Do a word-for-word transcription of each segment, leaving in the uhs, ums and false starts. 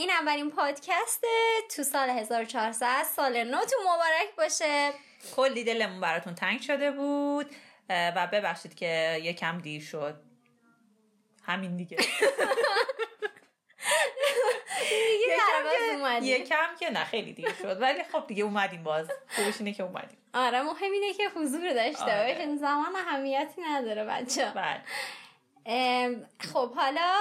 این اولین پادکست تو سال هزار و چهارصد. سال نو تو مبارک باشه. کلی دلمون براتون تنگ شده بود و ببخشید که یکم دیر شد. همین دیگه. یکم که نه خیلی دیر شد ولی خب دیگه اومدیم. باز خوبش اینه که اومدیم. آره مهم اینه که حضور داشته آره. باشین. زمان اهمیتی نداره بچه. بله. خب حالا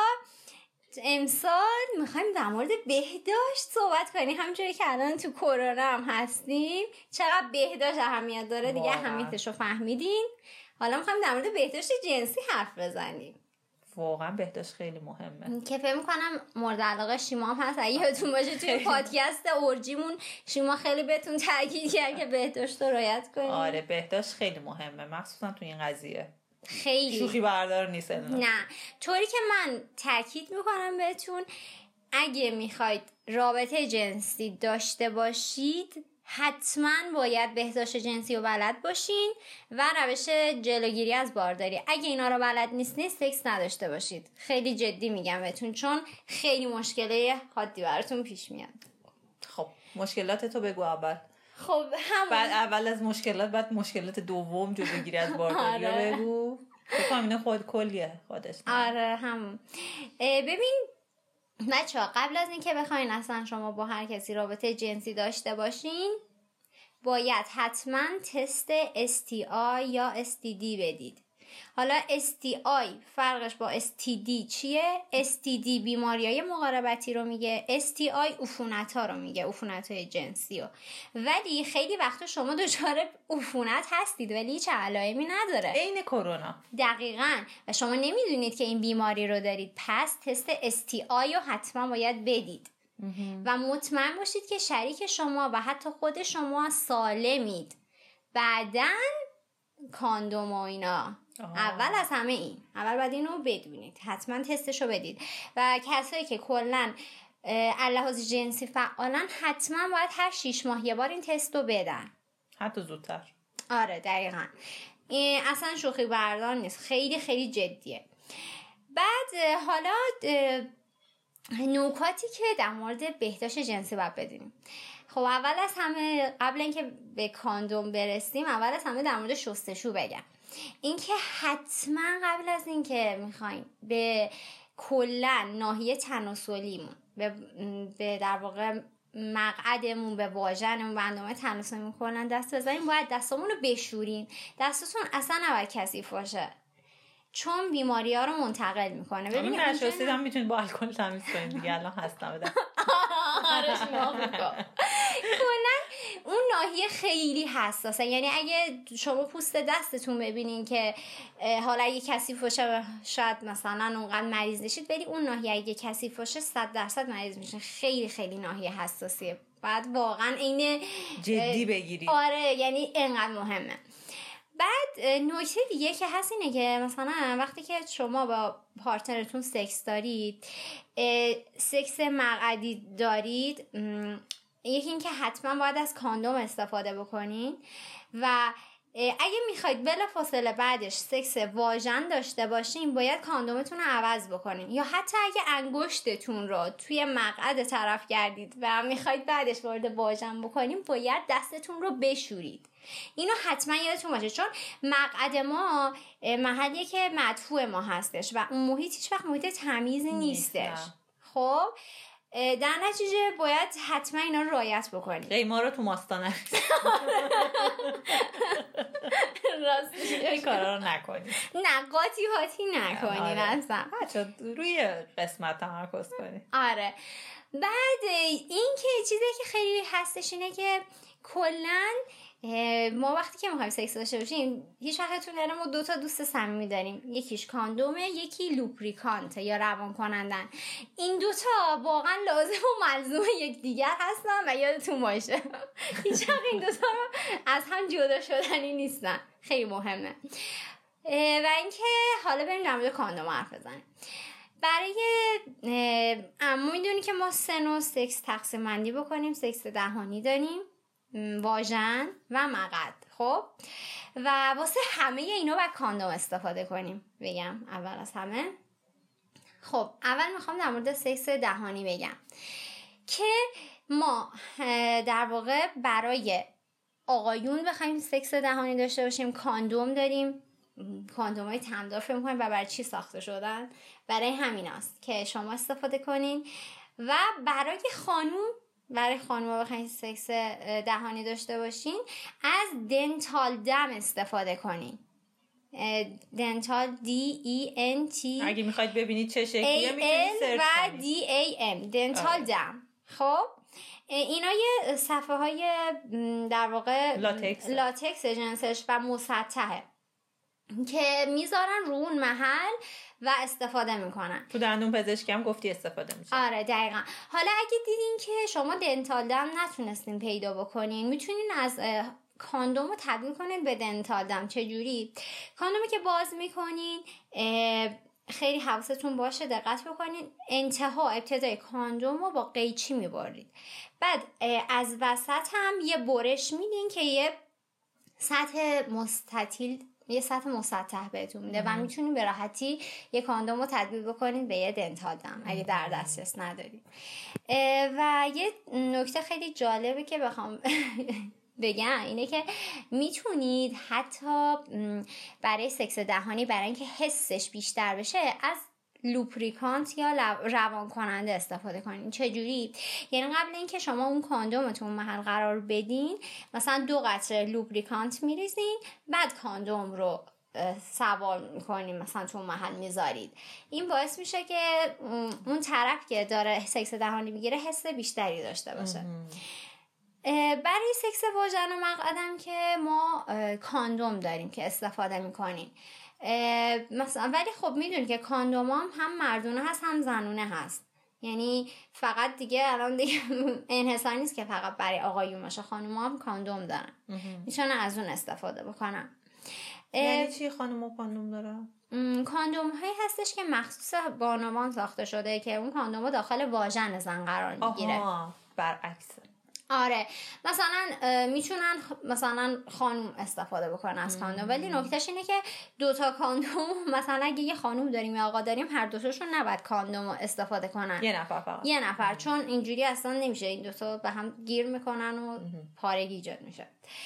امسال میخوایم در مورد بهداشت صحبت کنیم. همونجوری که الان تو کرونا هم هستیم چقدر بهداشت اهمیت داره دیگه اهمیتش رو فهمیدین. حالا میخوایم در مورد بهداشت جنسی حرف بزنیم. واقعا بهداشت خیلی مهمه که فکر میکنم مورد علاقه شیما هم هست. اگه یادتون باشه توی پادکست اورجیمون شیما خیلی بهتون تاکید کرد که بهداشت رو رعایت کنید. آره بهداشت خیلی مهمه مخصوصا تو این قضیه. خیلی شوخی بردار نیست. نه طوری که من تاکید میکنم بهتون اگه میخواید رابطه جنسی داشته باشید حتما باید بهداشت جنسی رو بلد باشین و روش جلوگیری از بارداری. اگه اینا رو بلد نیستین سکس نداشته باشید. خیلی جدی میگم بهتون چون خیلی مشکله حادی براتون پیش میاد. خب مشکلات تو بگو اول. خب همون بعد اول از مشکلات بعد مشکلات دوم جلوگیری از بارداری رو بگو. فکر کنم خود کلیه خودش. آره همون. ببین بچه ها قبل از این که بخواین اصلا شما با هر کسی رابطه جنسی داشته باشین باید حتما تست اس تی آی یا اس تی دی بدید. حالا اس تی آی فرقش با اس تی دی چیه؟ اس تی دی بیماریای مقاربتی رو میگه، اس تی آی عفونت ها رو میگه، عفونت های جنسی رو. ولی خیلی وقتا شما دچار عفونت هستید ولی هیچ علائمی نداره، عین کرونا. دقیقاً. و شما نمیدونید که این بیماری رو دارید، پس تست اس تی آی رو حتما باید بدید و مطمئن باشید که شریک شما و حتی خود شما سالمید. بعداً کاندوم و اینا. آه. اول از همه این اول باید اینو بدونید، حتما تستشو بدید. و کسایی که کلن لحاظ جنسی فعالن حتما باید هر شیش ماه یه بار این تست رو بدن، حتی زودتر. آره دقیقا. این اصلا شوخی بردار نیست، خیلی خیلی جدیه. بعد حالا نکاتی که در مورد بهداشت جنسی باید بدونیم. خب اول از همه قبل اینکه به کاندوم برسیم اول از همه در مورد شستشو بگم. اینکه حتما قبل از اینکه میخوایم به کلا ناحیه تناسلیمون به, به در واقع مقعدمون، به واژنمون، به اندامه تناسلیمون کلا دست بزنیم باید دستامون رو بشورین. دستتون اصلا نباید کثیف باشه چون بیماری ها رو منتقل میکنه. ببینید نشستید هم میتونید با الکل تمیز کنید دیگه. الان هستم بدم آرش موافقم. کلا اون ناحیه خیلی حساسه، یعنی اگه شما پوست دستتون ببینین که حالا اگه کثیف باشه شاید مثلا اونقدر مریض نشید، ولی اون ناحیه اگه کثیف باشه صد درصد مریض میشین. خیلی خیلی ناحیه حساسیه، بعد واقعا اینه جدی بگیرید. آره یعنی اینقدر مهمه. بعد نکته دیگه که هست اینه که مثلا وقتی که شما با پارتنرتون سکس دارید، سکس مقعدی دارید، یکی این که حتما باید از کاندوم استفاده بکنین و اگه میخواید بلافاصله بعدش سکس واژن داشته باشین باید کاندومتون رو عوض بکنین. یا حتی اگه انگشتتون رو توی مقعد طرف کردید و میخواید بعدش وارد واژن بکنین باید دستتون رو بشورید. اینو حتما یادتون باشه چون مقعد ما محلیه که مدفوع ما هستش و اون محیط هیچ وقت محیط تمیزی نیستش. خب در نتیجه باید حتما اینا رو رعایت بکنید. ای ما رو تو ماستانه راستی این کارا رو نکنید. نه قاطی هاتی نکنید اصلا. بچه روی قسمت تمرکز کنید. آره. بعد این که چیزی که خیلی هستش اینه که کلن ما وقتی که میخوایم سکس داشته باشیم هیچ وقتتون نره ما دو تا دوست صمیمی داریم، یکیش کاندومه یکی لوبریکانت یا روان کنندن. این دوتا واقعا لازم و ملزوم یک دیگر هستن و یادتون باشه هیچ وقت این دوتا رو از هم جدا شدنی نیستن. خیلی مهمه. و اینکه حالا بریم در مورد کاندوم حرف بزنیم. برای اما میدونی که ما سه نوع سکس تقسیم بندی بکنیم. سکس دهانی داریم، واژن و مقعد. خب و واسه همه اینا باید کاندوم استفاده کنیم. بگم اول از همه خب اول میخوام در مورد سکس دهانی بگم. که ما در واقع برای آقایون بخوایم سکس دهانی داشته باشیم کاندوم داریم. کاندوم های تمدار فکر می‌کنیم و برای چی ساخته شدن؟ برای همین است که شما استفاده کنین. و برای خانوم برای خانوم بخواین سکس دهانی داشته باشین از دنتال دم استفاده کنین. دنتال دی ای ان تی اگه میخواید ببینید چه شکلیه میتونید سرچ کنید. و دی ای ام دنتال دم. خب اینا یه صفحه های در واقع لاتکس لاتکس جنسش و مسطحه که میذارن رو اون محل و استفاده میکنن. تو دندون پزشکی هم گفتی استفاده میشه. آره دقیقا. حالا اگه دیدین که شما دنتال دم نتونستین پیدا بکنین میتونین از کاندوم رو تبدیل کنین به دنتال دم. چجوری؟ کاندومی که باز میکنین خیلی حواستون باشه دقت بکنین انتها ابتدای کاندوم رو با قیچی میبرید. بعد از وسط هم یه برش میدین که یه سطح مستطیل یه سطح مسطح بهتون میده و میتونین به راحتی یه کاندوم رو تبدیل بکنین به یه دنتال دم اگه در دسترس ندارید. و یه نکته خیلی جالبه که بخوام بگم اینه که میتونید حتی برای سکس دهانی برای اینکه حسش بیشتر بشه از لوپریکانت یا روان کننده استفاده کنین. چجوری؟ یعنی قبل اینکه شما اون کاندومتون محل قرار بدین مثلا دو قطره لوپریکانت میریزین بعد کاندوم رو سوار میکنین مثلا تو محل میذارید. این باعث میشه که اون طرف که داره سکس دهانی میگیره حس بیشتری داشته باشه. برای سکس واژن و مقعدم که ما کاندوم داریم که استفاده میکنیم مثلا، ولی خب میدونی که کاندوم هم, هم مردونه هست هم زنونه هست. یعنی فقط دیگه الان دیگه انحصار نیست که فقط برای آقایون باشه، خانوم هم کاندوم دارن میتونن از اون استفاده بکنن. یعنی چی خانوم کاندوم دارن؟ کاندوم هایی هستش که مخصوص بانوان ساخته شده که اون کاندوم داخل واژن زن قرار میگیره. آها برعکسه. آره مثلا میتونن مثلا خانوم استفاده بکنن از کاندوم، ولی نکتهش اینه که دوتا کاندوم مثلا اگه یه خانوم داریم یا آقا داریم هر دوتاشون نباید کاندوم استفاده کنن، یه نفر فقط یه نفر، چون اینجوری اصلا نمیشه، این دوتا به هم گیر میکنن و پارگی ایجاد میشه.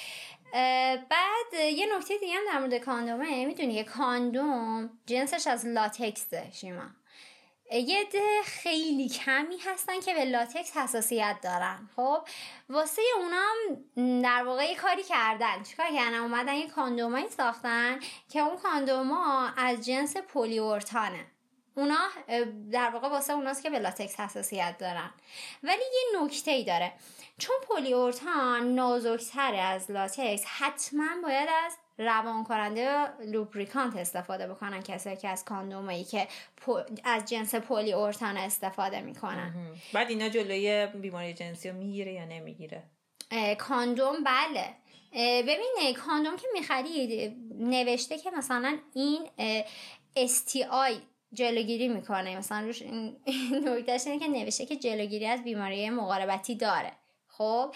بعد یه نکته دیگه هم در مورد کاندومه، میدونی که کاندوم جنسش از لاتکسه شیما. یه ده خیلی کمی هستن که به لاتکس حساسیت دارن. خب واسه اونا هم در واقع یه کاری کردن. چیکار کردن؟ اومدن یه کاندومایی ساختن که اون کاندوما از جنس پلی اورتانه. اونا در واقع واسه اوناست که به لاتکس حساسیت دارن. ولی یه نکته‌ای داره، چون پلی اورتان نازک‌تره از لاتکس، حتما باید از روان کننده یا لوبریکانت استفاده بکنن کسایی که از کاندومایی که از جنس پلی اورتان استفاده میکنن. بعد اینا جلوی بیماری جنسی رو میگیره یا نمیگیره؟ کاندوم بله. ببینه کاندوم که میخرید نوشته که مثلا این اس تی آی جلوگیری میکنه، مثلا روش نکتهش اینه که نوشته که جلوگیری از بیماری مقاربتی داره. خب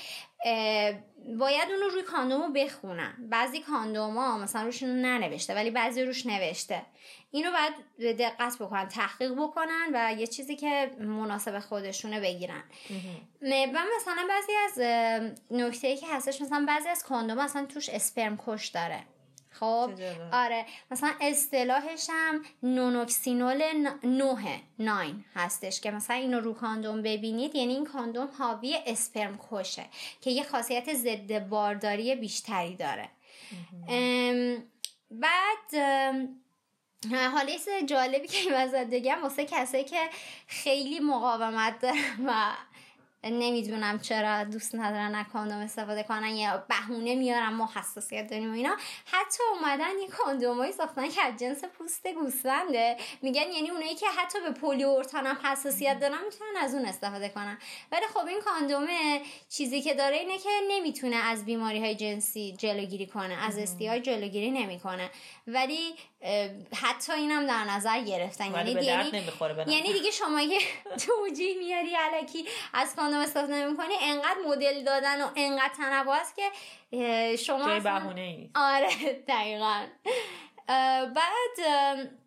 باید اونو روی کاندومو بخونن. بعضی کاندوما مثلا روشون ننوشته ولی بعضی روش نوشته. اینو باید دقت بکنن، تحقیق بکنن و یه چیزی که مناسب خودشونه بگیرن. و مثلا بعضی از نکته‌ای که هستش، مثلا بعضی از کاندوما مثلا توش اسپرم کش داره. خب آره مثلا اصطلاحش هم نونوکسینول نه ناین هستش که مثلا اینو رو کاندوم ببینید یعنی این کاندوم حاوی اسپرم کشه که یه خاصیت ضد بارداری بیشتری داره. بعد حالا یه جالبی که این واسه بگم واسه کسایی که خیلی مقاومت دارن و نمیدونم چرا دوست ندارن از کاندوم استفاده کنن یا بهونه میارن ما حساسیت داریم و اینا، حتی اومدن یه کاندومایی ساختن که از جنس پوست گوسفنده، میگن یعنی اونایی که حتی به پلی اورتان هم حساسیت دارن میتونن از اون استفاده کنن. ولی خب این کاندومه چیزی که داره اینه که نمیتونه از بیماری های جنسی جلوگیری کنه، از استی‌آی جلوگیری نمیکنه، ولی حتی اینم در نظر گرفتن. یعنی یعنی یعنی دیگه شما یه توجیه میاری الکی از کاندوم استفاده نمی‌کنی، انقدر مدل دادن و انقدر تنوع است که شما جای بهونه ای نیست. آره دقیقاً. بعد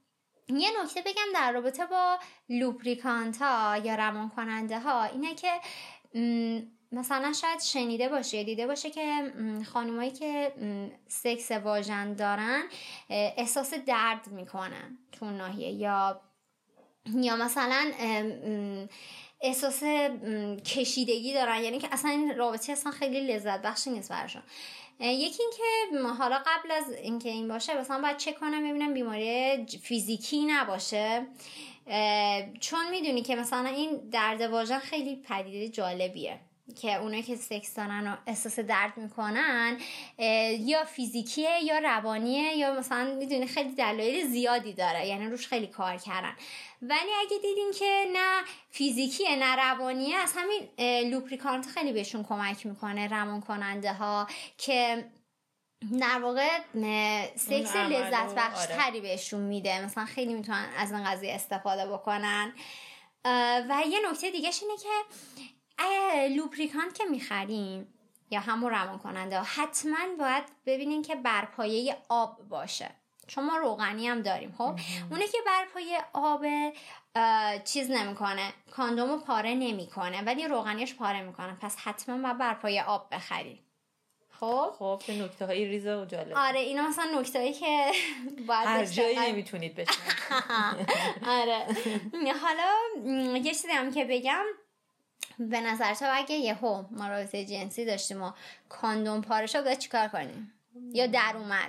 یه نکته بگم در رابطه با لوبریکانت ها یا روان کننده ها اینه که مثلا شاید شنیده باشه دیده باشه که خانمایی که سکس واژن دارن احساس درد میکنن تو ناحیه یا یا مثلا احساس کشیدگی دارن، یعنی که اصلا این رابطه اصلا خیلی لذت بخشی نیست براشون. یکی این که حالا قبل از اینکه این باشه مثلا باید چک کنم ببینم بیماری فیزیکی نباشه، چون میدونی که مثلا این درد واژن خیلی پدیده جالبیه که اونایی که سکس دارن و احساس درد میکنن یا فیزیکیه یا روانیه یا مثلا میدونی خیلی دلایل زیادی داره، یعنی روش خیلی کار کردن. ولی اگه دیدین که نه فیزیکیه نه روانیه، از همین لوبریکانت خیلی بهشون کمک میکنه، روان کننده ها، که در واقع سکس لذت بخش تری بهشون میده، مثلا خیلی میتونن از این قضیه استفاده بکنن. و یه نکته دیگه اینه که لوبریکانت که میخریم یا همون روان کننده ها حتما باید ببینین که برپایه آب باشه، چون ما روغنی هم داریم. خب اونه که برپایه آب چیز نمیکنه، کاندومو پاره نمیکنه، ولی روغنیش پاره میکنه، پس حتما باید برپایه آب بخریم. خب خب این نکته های ریز و جالب. آره اینا مثلا نکته هایی که باید هر جایی نمیتونید بشنید. آره حالا یه چیزی هم که بگم، به نظر تو اگه یهو ما رابطه جنسی داشتیم و کاندوم پاره شد باید چیکار کنیم؟ یا در اومد؟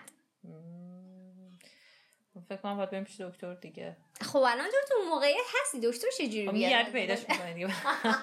فکر کنم باید بریم پیش دکتر دیگه. خب الان تو تو موقعیت هستی، دکتر چجوری بیاد؟ میگرد پیداش میکنه دیگه.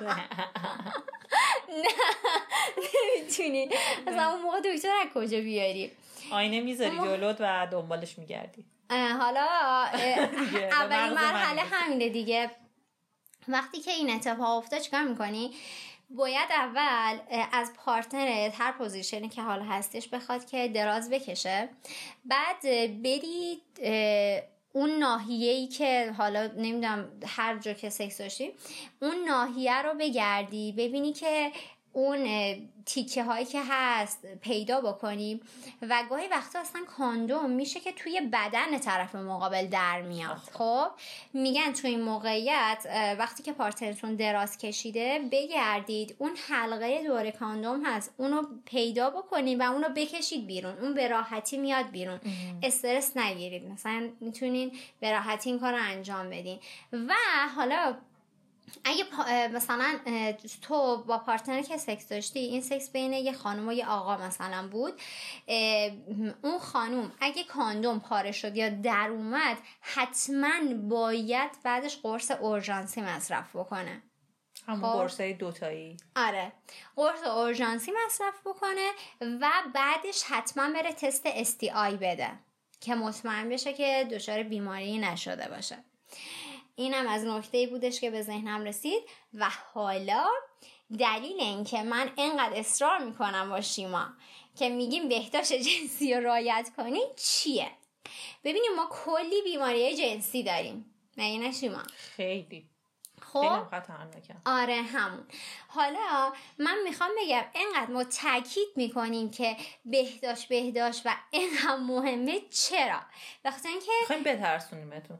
نه نمیتونی اصلا اون موقع دکتر از کجا بیاری؟ آینه میذاری جلوت و دنبالش میگردی. حالا اولین مرحله همینه دیگه. وقتی که این اتفاق افتاد چیکار میکنی؟ باید اول از پارتنرت هر پوزیشنی که حالا هستش بخواد که دراز بکشه، بعد برید اون ناحیه‌ای که حالا نمیدونم هر جا که سکس داشتی اون ناحیه رو بگردی، ببینی که اون تیکه هایی که هست پیدا بکنیم. و گاهی وقتا اصلا کاندوم میشه که توی بدن طرف مقابل در میاد. خب میگن توی این موقعیت وقتی که پارتنرتون دراز کشیده بگردید اون حلقه دور کاندوم هست اونو پیدا بکنید و اونو بکشید بیرون، اون به راحتی میاد بیرون. استرس نگیرید، مثلا میتونین به راحتی این کار رو انجام بدین. و حالا اگه مثلا تو با پارتنر که سکس داشتی، این سکس بین یه خانم و یه آقا مثلا بود، اون خانم اگه کاندوم پاره شد یا در اومد حتما باید بعدش قرص اورژانسی مصرف بکنه. همون قرصای دوتایی. آره قرص اورژانسی مصرف بکنه و بعدش حتما بره تست اس تی آی بده که مطمئن بشه که دچار بیماری نشده باشه. اینم از نکته‌ای بودش که به ذهنم رسید. و حالا دلیل این که من اینقدر اصرار میکنم با شیما که میگیم بهداشت جنسی رو رعایت کنید چیه؟ ببینیم ما کلی بیماری جنسی داریم، مگه نه شیما؟ خیلی خب خیلی خطرناکه. آره همون. حالا من میخوام بگم اینقدر ما تاکید میکنیم که بهداشت بهداشت و اینقدر مهمه، چرا؟ وقتی اینکه میخوایم بترسونیمتون.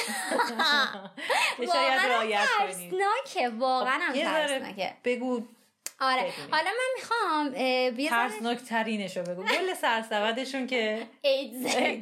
شاید رعایت کنید. ترسناکه، واقعا هم ترسناکه. بگو. آره بدونی. حالا من میخوام ترسناک ترینشو بگو، گل سرسودشون که ایدز.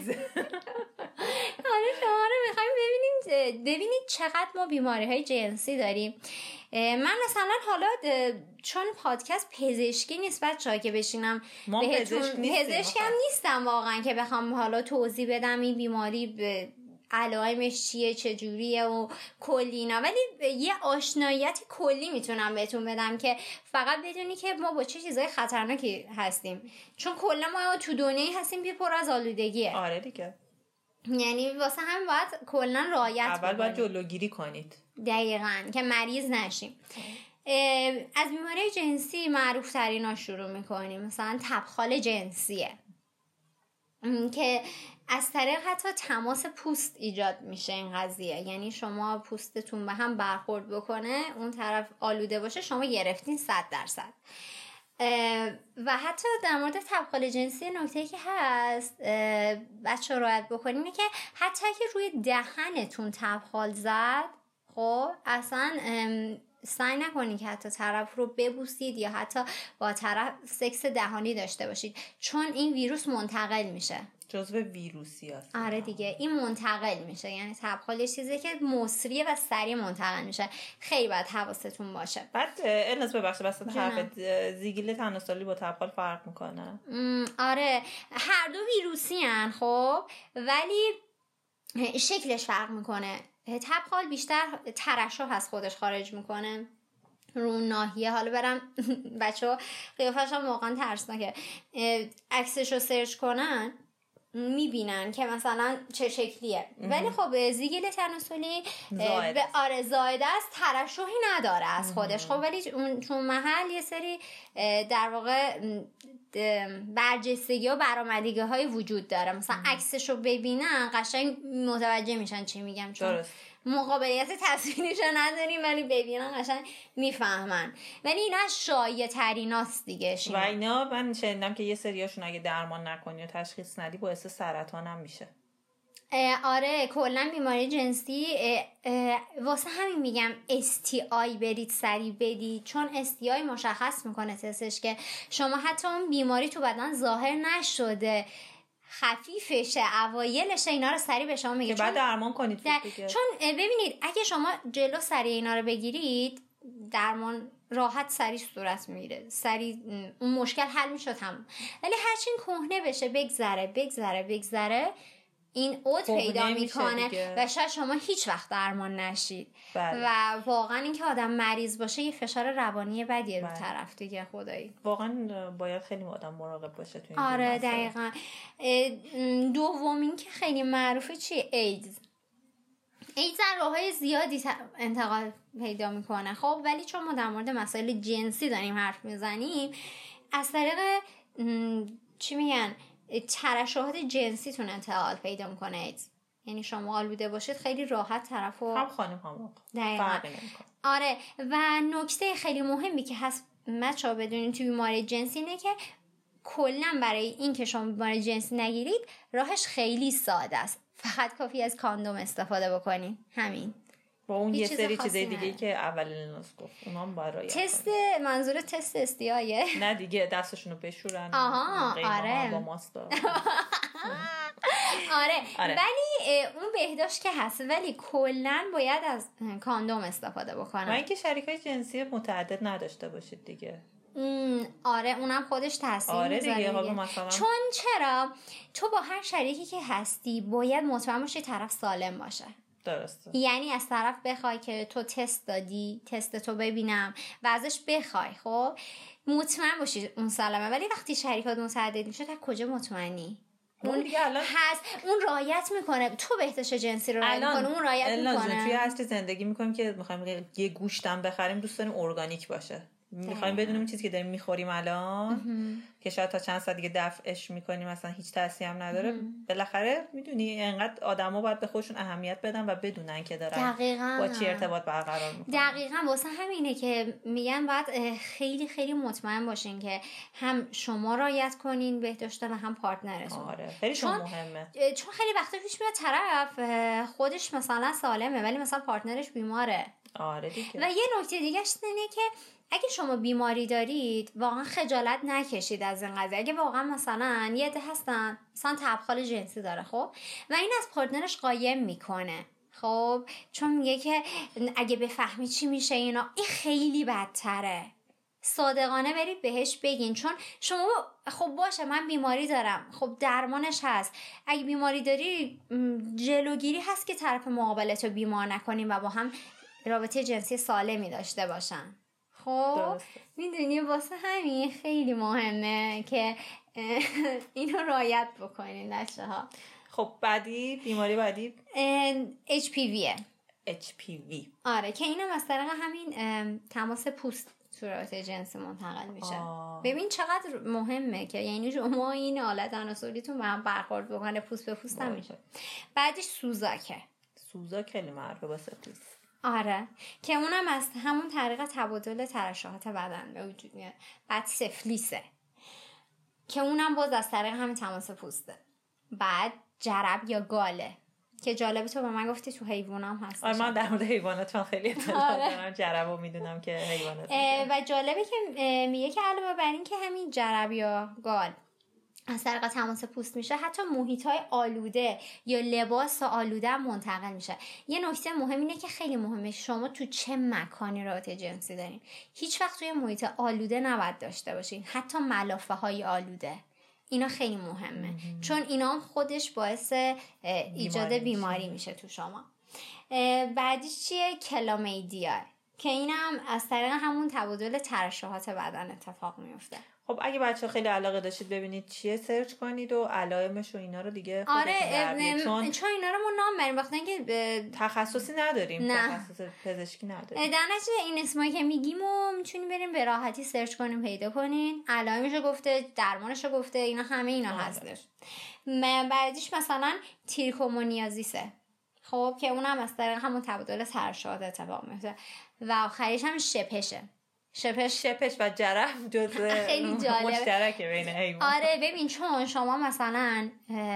حالا شما رو میخوایم ببینیم ببینید چقدر ما بیماری های جنسی داریم. من مثلا حالا چون پادکست پزشکی نیست بچه‌ها که بشینم بهتون پزشک هم نیستم واقعا که بخوام حالا توضیح بدم این بیماری به علائمش چیه چجوریه و کلی اینا، ولی یه آشناییت کلی میتونم بهتون بدم که فقط بدونی که ما با چه چیزای خطرناکی هستیم، چون کلا ما تو دنیایی هستیم که پر از آلودگیه. آره دیگه، یعنی واسه هم باید کلا رعایت اول بکنیم. باید جلوگیری کنید دقیقاً که مریض نشیم. از بیماری جنسی معروف ترینا شروع میکنیم، مثلا تبخال جنسیه که از طریق حتی تماس پوست ایجاد میشه این قضیه، یعنی شما پوستتون به هم برخورد بکنه اون طرف آلوده باشه شما گرفتین صد درصد. و حتی در مورد تبخال جنسی نکته‌ای که هست بچه ها رعایت بکنین اینه که حتی که روی دهنتون تبخال زد، خب اصلا سعی نکنید که حتی طرف رو ببوسید یا حتی با طرف سکس دهانی داشته باشید، چون این ویروس منتقل میشه. جزو ویروسی هست. آره دیگه، این منتقل میشه. یعنی تبخال یه چیزی که مسریه و سریع منتقل میشه. خیلی باید حواستون باشه. بعد الناس ببخشید واسه حرفت، زیگیل تناسلی با تبخال فرق میکنه؟ آره هر دو ویروسی هن خب، ولی شکلش فرق میکنه. تبخال بیشتر ترشح از خودش خارج میکنه رو ناحیه. حالا برم بچه ها قیافش هم واقعا ترسناکه، عکسش رو سرچ کنن میبینن که مثلا چه شکلیه. ولی خب زیگیل تناسلی به آره زایده است، ترشحی نداره از خودش. خب ولی چون محل یه سری در واقع برجستگی و برآمدگی های وجود داره، مثلا عکسش رو ببینن قشنگ متوجه میشن چی میگم، چون درست. مقابلیت تصویریشو نداریم ولی ببینن قشنگ میفهمن. ولی اینا شایع تریناست دیگه. و اینا من شنیدم که یه سریاشون اگه درمان نکنی و تشخیص ندی باعث سرطان هم میشه. آره کلا بیماری جنسی واسه همین میگم اس تی آی برید سریع بدید، چون اس تی آی مشخص میکنه تستش که شما حتی اون بیماری تو بدن ظاهر نشده، خفیفشه، اوایلشه، اینا رو سریع به شما میگه که بعد درمان کنید دیگه. چون ببینید اگه شما جلو سریع اینا رو بگیرید، درمان راحت سریع صورت میگیره، سریع اون مشکل حل میشه تمام. ولی هرچین کهنه بشه، بگذره بگذره بگذره این اوت پیدا میکنه و شاید شما هیچ وقت درمان نشید. بله. و واقعا این که آدم مریض باشه یه فشار روانی بدیه رو طرف دیگه. خدایی واقعا باید خیلی آدم مراقب باشه تو این. آره دقیقا. دومین که خیلی معروفه چیه؟ ایدز. ایدز در راههای زیادی انتقال پیدا میکنه خب، ولی چون ما در مورد مسائل جنسی داریم حرف میزنیم، از طریق چی میگن ترشحات جنسیتون انتقال پیدا میکنه ایدز. یعنی شما آلوده باشید خیلی راحت طرفو هم خانم هم آقا فرقی نمیکنه. آره و نکته خیلی مهمی که هست بچه‌ها بدونید تو بیماری جنسی اینه که کلا برای این که شما بیماری جنسی نگیرید راهش خیلی ساده است. فقط کافی از کاندوم استفاده بکنید، همین. با اون یه سری چیزای دیگه که اول الناس گفت اونام باید رعایت کنید. تست منظور تست استیایه؟ نه دیگه دستشونو بشورن. آها آره با ماستا. آره. آره ولی اون بهداشت که هست، ولی کلا باید از کاندوم استفاده بکنن. و اینکه شریکای جنسی متعدد نداشته باشید دیگه. آره اونم خودش تاثیر آره میذاره دیگه. حالا مثلا چون چرا تو با هر شریکی که هستی باید مطمئن باشی طرف سالم باشه. درسته. یعنی از طرف بخوای که تو تست دادی، تست تو ببینم و ازش بخوای خب مطمئن باشی اون سالمه. ولی وقتی شریکات متعدد میشه تا کجا مطمئنی؟ اون دیگه الان هست اون رعایت میکنه، تو بهداشت جنسی رو رعایت میکنه، اون رعایت میکنه. توی عصر زندگی میکنیم که میخوایم یه گوشتم بخریم، دوست داریم ارگانیک باشه. میخوایم بدونیم این چیزی که داریم میخوریم الان که شاید تا چند ساعت دیگه دفعش میکنیم مثلا هیچ تأثیری هم نداره. بالاخره میدونی انقدر آدما باید به خودشون اهمیت بدن و بدونن که دارن دقیقاً با چی ارتباط برقرار میکنن. دقیقاً واسه همینه که میگن باید خیلی خیلی مطمئن باشین که هم شما رعایت کنین بهداشت و هم پارتنرتون. آره خیلی چون مهمه. چون خیلی وقتا پیش میاد طرف خودش مثلا سالمه ولی مثلا پارتنرش بیماره. آره دیگه. و یه نکته دیگه اینه که اگه شما بیماری دارید واقعا خجالت نکشید از این قضیه. اگه واقعا مثلا یه عده هستن مثلا تبخال جنسی داره خب و این از پارتنرش قایم میکنه خب، چون میگه که اگه بفهمی چی میشه اینا، این خیلی بدتره. صادقانه برید بهش بگین، چون شما خب باشه من بیماری دارم، خب درمانش هست. اگه بیماری داری جلوگیری هست که طرف مقابلتو بیمار نکنین و با هم رابطه جنسی سالمی داشته باشن. خب میدونی واسه همین خیلی مهمه که اینو رعایت بکنین بچه‌ها. خب بعدی بیماری بعدی اچ پی ویه. اچ پی وی آره که اینم از طریق همین تماس پوست تو رابطه جنسی منتقل میشه. آه. ببین چقدر مهمه که یعنی شما این حالت تناسلیتون با هم برخورد بکنه، پوست به پوست هم میشه. بعدش سوزاکه. سوزاک خیلی معروفه واسه پوست. آره که اونم از همون طریق تبادل ترشحات بدن به وجود میاد. بعد سفلیسه که اونم باز از طریق همین تماس پوسته. بعد جرب یا گاله که جالبه تو به من گفتی تو حیوانام هست. آره من در مورد حیوانات خیلی اطلاع دارم. جربو میدونم که حیوانات و جالبه که میگه که علاوه بر این که همین جرب یا گال از طریق تماس پوست میشه، حتی محیط‌های آلوده یا لباس آلوده هم منتقل میشه. یه نکته مهم اینه که خیلی مهمه شما تو چه مکانی رابطه جنسی دارین. هیچ وقت توی محیط آلوده نباید داشته باشین، حتی ملافه های آلوده. اینا خیلی مهمه مم. چون اینا هم خودش باعث ایجاد بیماری, بیماری میشه تو شما. بعدیش چیه؟ کلامیدیا که اینم از طریق همون تبادل ترشحات بدن اتفاق میفته. خب اگه بچه خیلی علاقه داشتید ببینید چیه سرچ کنید و علائمش و اینا رو دیگه آره چون چون اینا رو ما نام بریم وقتی که ب... تخصصی نداریم نه. تخصص پزشکی نداریم. در نتیجه این اسمایی که میگیم و میتونیم بریم به راحتی سرچ کنیم پیدا کنین. علائمشو گفته، درمانشو گفته، اینا همه اینا آره. هستش. بعدیش مثلا تریکومونیازیسه خب که اونم از طریق همون تبادل ترشحات اتفاق میفته. و آخریش هم شپشه. شپش شپش و جرح جزء خیلی جالبه مشترکه بین حیوان. آره ببین چون شما مثلا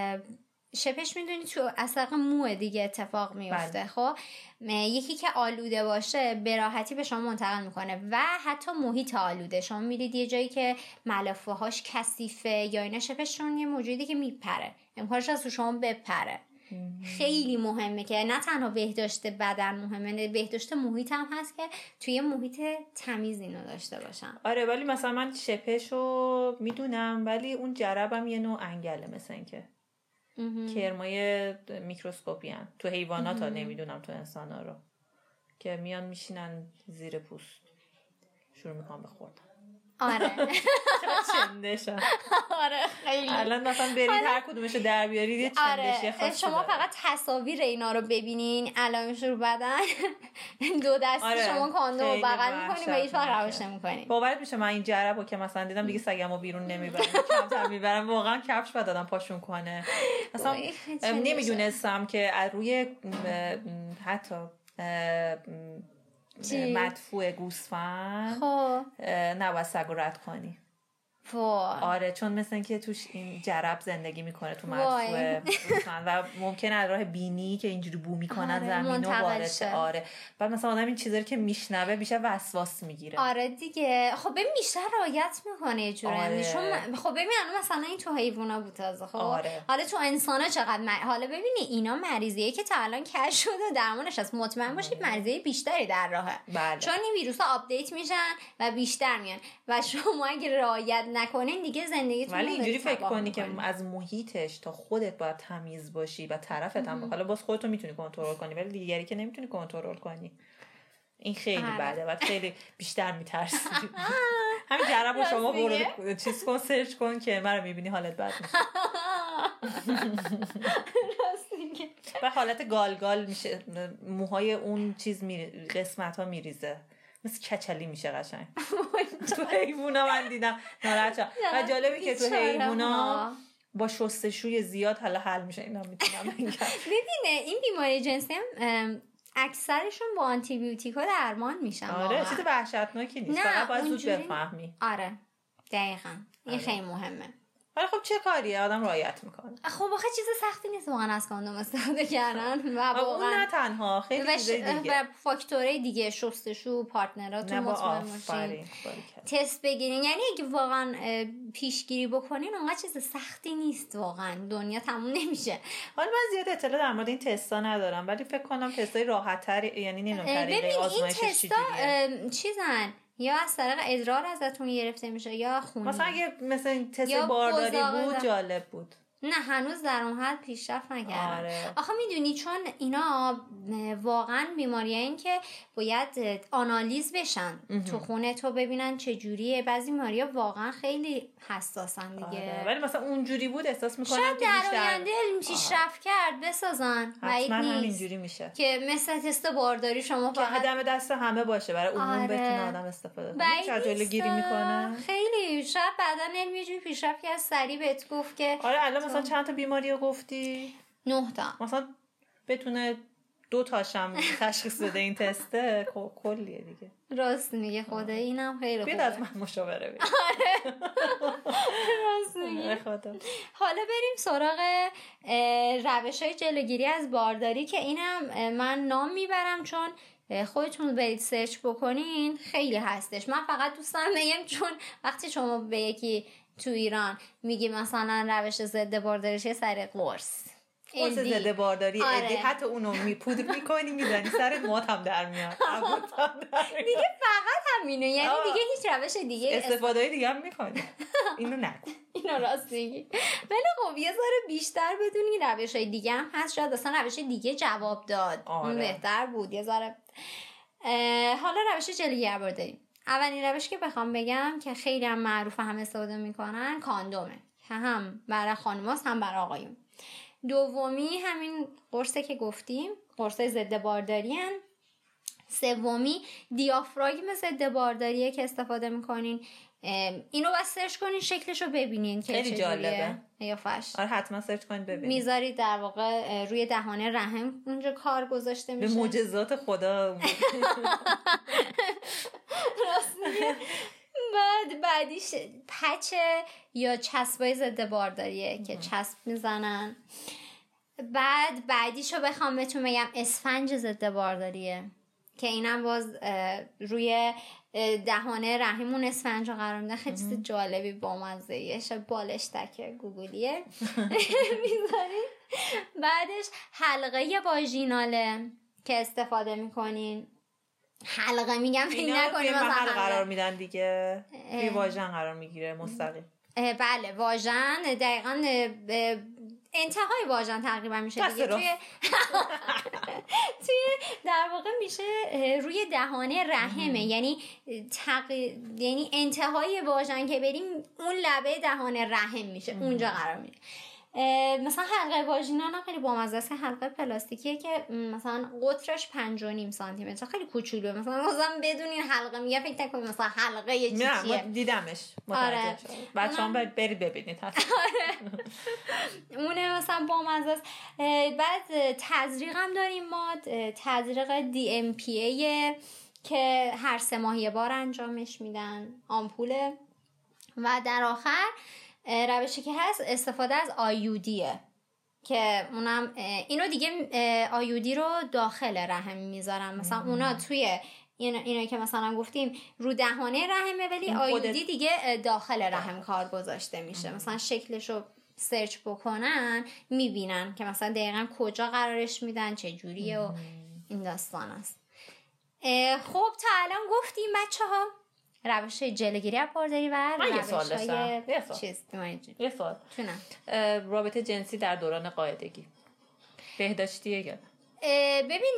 شپش میدونی تو از طریق مو دیگه اتفاق میفته. خب یکی که آلوده باشه به راحتی به شما منتقل میکنه و حتی محیط آلوده. شما میرید یه جایی که ملافه هاش کثیفه یا اینا، شپششون یه موجودی که میپره، امکانش هست تو شما بپره. خیلی مهمه که نه تنها بهداشت بدن مهمه، بهداشت محیط هم هست که توی محیط تمیز اینو داشته باشن. آره ولی مثلا من شپشو میدونم ولی اون جربم یه نوع انگله مثلا این که کرمای میکروسکوپی هن. تو حیوانات ها نمیدونم تو انسان ها رو که میان میشینن زیر پوست شروع میکنم بخوردن. آره چندشن. آره خیلی الان مثلا برید هر کدومشو در بیارید یه چندشی خاصی شما داره. فقط تصاویر اینا رو ببینین علائمش رو بدن دو دستی آره. شما کاندوم رو بغل میکنین و هیچ وقت روش نمیکنین. باورت میشه من این جربو که مثلا دیدم دیگه سگمو بیرون نمیبرم کمتر میبرم، واقعا کفش بعد دادم پاشون کنه. مثلا نمیدونستم که از روی حتی مدفوع گوسفند خب نباید سگ رو رد کنی. آره چون مثل این که توش این جرب زندگی میکنه تو مدفوع گوسفند و ممکنه از راه بینی که اینجوری بو میکنن آره، زمین و وارد. آره بعد مثلا آدم این چیزایی که میشنوه بیشتر وسواس میگیره. آره دیگه خب ببین بیشتر رعایت میکنه یه جوری. آره. چون خب ببین مثلا این تو حیونا بود تازه خب آره. حالا تو انسانا چقدر م... حالا ببینی اینا مریضیه که تا الان کشف شده درمانش هست، مطمئن باشید مریضی بیشتری در راهه. بله. چون این ویروسا آپدیت میشن و بیشتر میان و شما اگه رعایت نکنین دیگه زندگیتون. ولی اینجوری فکر کنی که از محیطش تا خودت باید تمیز باشی و طرفت هم حالا باز خودت میتونی کنترل کنی ولی دیگری که نمیتونی کنترل کنی. این خیلی بده و خیلی بیشتر میترسی. همین جربو شما برو چیز کن سرچ کن که منو میبینی حالت بد میشه. و حالت گالگال میشه، موهای اون چیز میری قسمت ها میریزه مثل کچلی میشه قشنگ. تو حیوونا من دیدم ناراحت. و جالبی که تو حیوونا با شستشوی زیاد حالا حل میشه. اینا میتونم بگم ببینه این بیماری جنسی هم اکثرشون با آنتی بیوتیکا درمان میشن. آره چیز وحشتناکی نیست، فقط باید زود بفهمی. آره دقیقاً این آره. خیلی مهمه. ولی خب چه کاریه آدم رعایت میکنه. خب آخه چیز سختی نیست واقعا از کاندوم استفاده کردن و واقعا نه تنها خیلی چیزای دیگه و فاکتورهای دیگه شستشو پارتنراتون مطمئن باشین تست بگیرین. یعنی اگه واقعا پیشگیری بکنین اونقدر چیز سختی نیست، واقعا دنیا تموم نمیشه. حالا من زیاد اطلاع در مورد این تستا ندارم ولی فکر کنم تستای راحت تر، یعنی نمیدونم طریقه آزمایشش چجوریه. چیزن یا از طریق ادرار ازتون گرفته میشه یا خونی. مثلا اگه مثلا تست بارداری بود جالب بود. نه هنوز در اون حد پیشرفت نکردن. آره. آخه میدونی چون اینا واقعا بیماریه این که باید آنالیز بشن امه. تو خونه تو ببینن چه جوریه. بعضی بیماری‌ها واقعا خیلی حساسن دیگه. آره. ولی مثلا اونجوری بود احساس میکنم شاید در آینده پیشرفت کرد بسازن. حتما همینجوری میشه که مثل تست بارداری شما که دم دست همه باشه برای عموم آره. بتونه آدم استفاده کنه. چه جلوگیری میکنه. خیلی شاید بعدن علم یه جوری پیشرفت کرد سریع بهت گفت که آره الان مثلا چند تا بیماری رو گفتی؟ نه تا. مثلا بتونه دو تاشم تشخیص بده این تسته کلیه دیگه. راست میگه خدا. اینم خیلی خوبه. بیاد از من مشاوره بگیر. راست میگه خدا. حالا بریم سراغ روش‌های جلوگیری از بارداری که اینم من نام میبرم چون خودتون برید سرچ بکنین خیلی هستش. من فقط دوست دارم بگم چون وقتی شما به یکی تو ایران میگی مثلا روش ضد بارداری چه سر قرص قرص ضد بارداری آره. ادی حتی اونو می پودر میکنی میزنی سر موهات هم در میاد دیگه فقط همینه، یعنی دیگه هیچ روش دیگه استفاده دیگه هم میکنی. اینو نکن. اینو راست میگی. ولی خب یه ذره بیشتر بدونی روش‌های دیگه هم هست، شاید اصلا روش دیگه جواب داد. آره. بهتر بود یه ذره. حالا روش جلوگیری بارداری، اولین روش که بخوام بگم که خیلی هم معروفه، هم استفاده میکنن، کاندومه که هم برای خانم‌هاست هم برای آقایون. دومی همین قرصه که گفتیم، قرصه ضد بارداری هن. سومی دیافراگم ضد بارداریه که استفاده میکنین. اینو بس سرچ کنین شکلشو ببینین که خیلی جالبه. قیافش. آره حتما سرچ کنین ببینین. میذارید در واقع روی دهانه رحم اونجا کار گذاشته میشه. به معجزات خدا. راست میگه. بعد بعدیش پچ یا چسبای ضد بارداریه که چسب میزنن. بعد بعدیشو بخوام بهتون بگم اسفنج ضد بارداریه که اینم باز روی دهانه رحمون اسفنج رو قرار میده. خیلی چیز جالبی با مزه‌ایه، شاید بالش تک گوگلیه میذارین. بعدش حلقه واژیناله که استفاده میکنین. حلقه میگم فکر نکنیم مثلا محل قرار میدن دیگه، توی واژن قرار میگیره مستقیم. بله واژن دقیقاً انتهای واژن تقریبا میشه دیگه. توی توی در واقع میشه روی دهانه رحمه، یعنی تق... یعنی انتهای واژن که بریم اون لبه دهانه رحم میشه، اونجا قرار میگیره. مثلا حلقه واژینال خیلی بامزه است که حلقه پلاستیکیه که مثلا قطرش پنج و نیم سانتی متر، خیلی کوچولوه. مثلا مثلا بدونین حلقه میگه فکر نکنید مثلا حلقه یه چیزیه. نه من دیدمش متوجه شدم. بچه‌ام برید برید ببینید. آره. اونه مثلا بامزه است. بعد تزریق هم داریم ما، تزریق دی ام پی ای که هر سه ماه یه بار انجامش میدن، آمپوله. و در آخر روشی که هست استفاده از آیودیه که اونم اینو دیگه آیودی رو داخل رحم میذارن. مثلا اونا توی این اینا که مثلا گفتیم رو دهانه رحمه، ولی آیودی دیگه داخل رحم کار گذاشته میشه. مثلا شکلشو سرچ بکنن میبینن که مثلا دقیقا کجا قرارش میدن، چه جوریه و این داستان است. خب تا الان گفتیم بچه ها روش جلوگیری از بارداری و روش‌های چیز. یه سوال رابطه جنسی در دوران قاعدگی بهداشتیه؟ ببین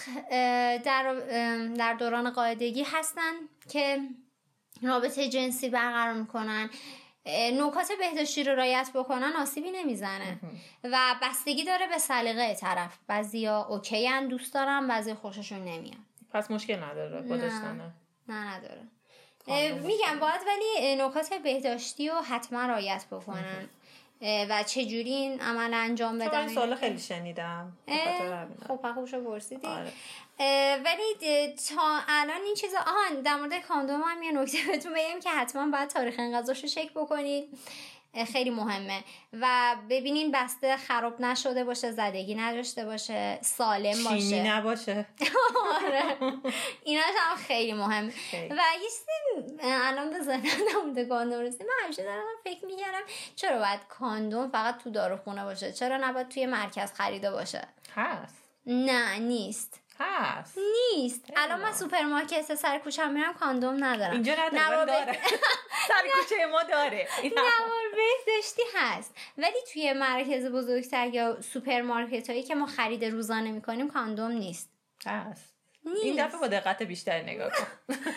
در در دوران قاعدگی هستن که رابطه جنسی برقرار میکنن، نکات بهداشتی رو رعایت بکنن آسیبی نمیزنه و بستگی داره به سلیقه طرف. بعضیا اوکی ان دوست دارن، بعضی خوششون نمیاد. پس مشکل نداره با داشتن؟ نه نداره. میگم باید ولی نکات بهداشتی رو حتما رعایت بکنن و چجوری این عمل انجام بدن. این سوال خیلی شنیدم. خب خوشو پرسیدی. آره. ولی تا الان این چیزا آها در مورد کاندوم هم یه نکته بهتون بگم که حتما باید تاریخ انقضاش رو چک بکنید، خیلی مهمه و ببینین بسته خراب نشده باشه، زدگی نداشته باشه، سالم باشه، چینی نباشه. آره ایناش هم خیلی مهمه. خیلی. و یه چیزی الان به ذهنم نمونده کاندوم رسید. من همیشه دارم فکر می‌کردم چرا باید کاندوم فقط تو داروخونه باشه، چرا نباید توی مرکز خریده باشه؟ هست. نه نیست. هست. نیست. الان من سوپرمارکت سر کوچه‌ام میرم کاندوم ندارم. اینجا نداره داره. سر کوچه ما داره. نوار بهداشتی هست. ولی توی مرکز بزرگتر یا سوپرمارکتایی که ما خرید روزانه میکنیم کاندوم نیست. هست. نیست. این دفعه با دقت بیشتر نگاه کن.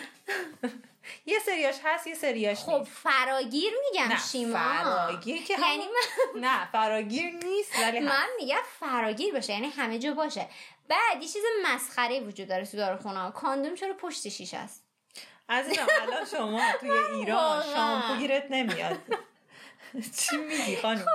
یه سریاش هست یه سریاش خب نیست. فراگیر میگم شیما. فراگیر که یعنی من... نه فراگیر نیست ولی هست. من میگم فراگیر باشه یعنی همه جا باشه. بعد یه چیز مسخره وجود داره تو داروخونه. کاندوم چرا پشت شیشه است؟ عزیزم الان شما توی ایران شامپو گیرت نمیاد. چی میگی خانم؟ خب این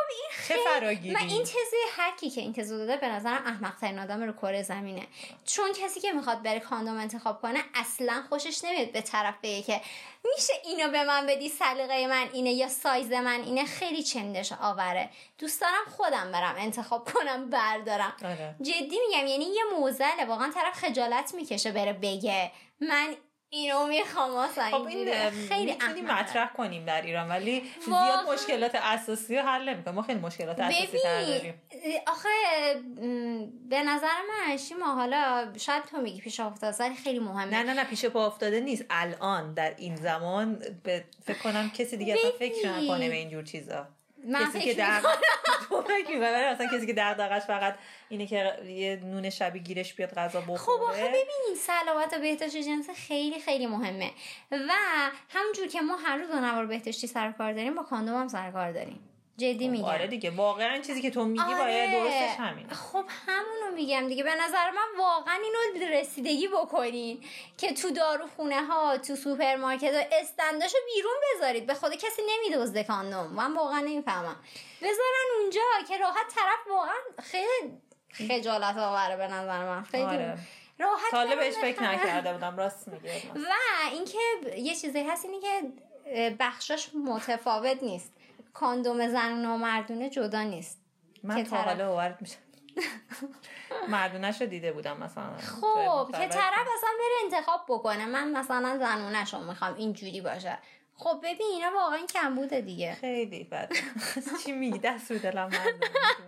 چه فراگیری. من این تزی هر کی که این تزو داده به نظرم احمق ترین آدم رو کره زمینه، چون کسی که میخواد بره کاندوم انتخاب کنه اصلا خوشش نمیاد به طرف بگه که میشه اینو به من بدی، سلیقه من اینه یا سایز من اینه، خیلی چندش آوره. دوست دارم خودم برم انتخاب کنم بردارم. آره. جدی میگم، یعنی یه موزله واقعا، طرف خجالت میکشه بره بگه من اینو میخوام. اصلا خب این خیلی میتونیم مطرح کنیم در ایران، ولی زیاد مشکلات اساسی رو حل نمیکنه. ما خیلی مشکلات اساسی تر داریم. آخه به نظر من شیما، حالا شاید تو میگی پیش افتاده، خیلی مهمه. نه نه نه پیش پا افتاده نیست. الان در این زمان فکر کنم کسی دیگه اصلا فکر نکنه به اینجور چیزا. من کسی که در تو فکر می‌کنی مثلا کسی که دغدغش فقط اینه که یه نون شبی گیرش بیاد غذا بخوره. خب آخه ببینید سلامت و بهداشت جنسی خیلی خیلی مهمه و همونجور که ما هر روز دونور بهداشتی سر کار داریم، با کاندوم هم سر کار داریم. جدی میگم. آره دیگه، واقعا چیزی که تو میگی آره. باید درستش همینه. خب همونو میگم دیگه. به نظر من واقعا اینو رسیدگی بکنین که تو داروخونه ها، تو سوپرمارکت ها استنداشو بیرون بذارید. به خدا کسی نمیدزده کاندوم. من واقعا نمیفهمم. بذارن اونجا که راحت طرف واقعا خیلی خجالت آوره به نظر من. خیلی آره. راحت. تا حالا بهش فکر نکرده بودم، راست میگی. و اینکه یه چیزی هست اینه که بخشاش متفاوت نیست. کاندوم زنونه و مردونه جدا نیست. من تا حالا باورت میشه مردونه‌شو دیده بودم مثلا. خب که طرف اصلا بره انتخاب بکنه من مثلا زنونه‌شو میخوام اینجوری باشه. خب ببین اینا واقعا کم بوده دیگه. خیلی بده. چی میگی؟ دست رو دلم من.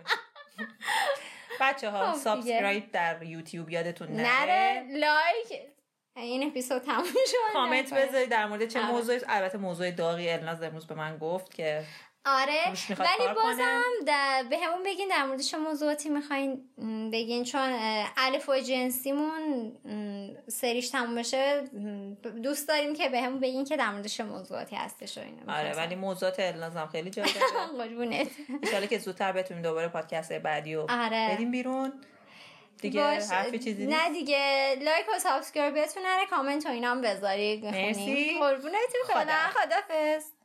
بچه ها سابسکرایب در یوتیوب یادتون نره. نره لایک. این اپیزود تموم شد. کامنت بذارید در مورد چه موضوعی. البته موضوع داغی الناز امروز به من گفت که آره، ولی بازم به همون بگین در مورد چه موضوعاتی میخواین بگین، چون الف و جنسیمون سریش تموم بشه دوست داریم که به همون بگین که در مورد چه موضوعاتی هستش و اینا. آره ولی موضوعات النازم خیلی جالبه. قربونت. ان شاءالله که زودتر بتونیم دوباره پادکست بعدی رو آره. بدیم بیرون دیگه. حرفی چیزی نیست. نه دیگه، لایک و سابسکرایب بتون نره، کامنت و اینا هم بذارید. مرسی. قربونتون. خدا خدافظ.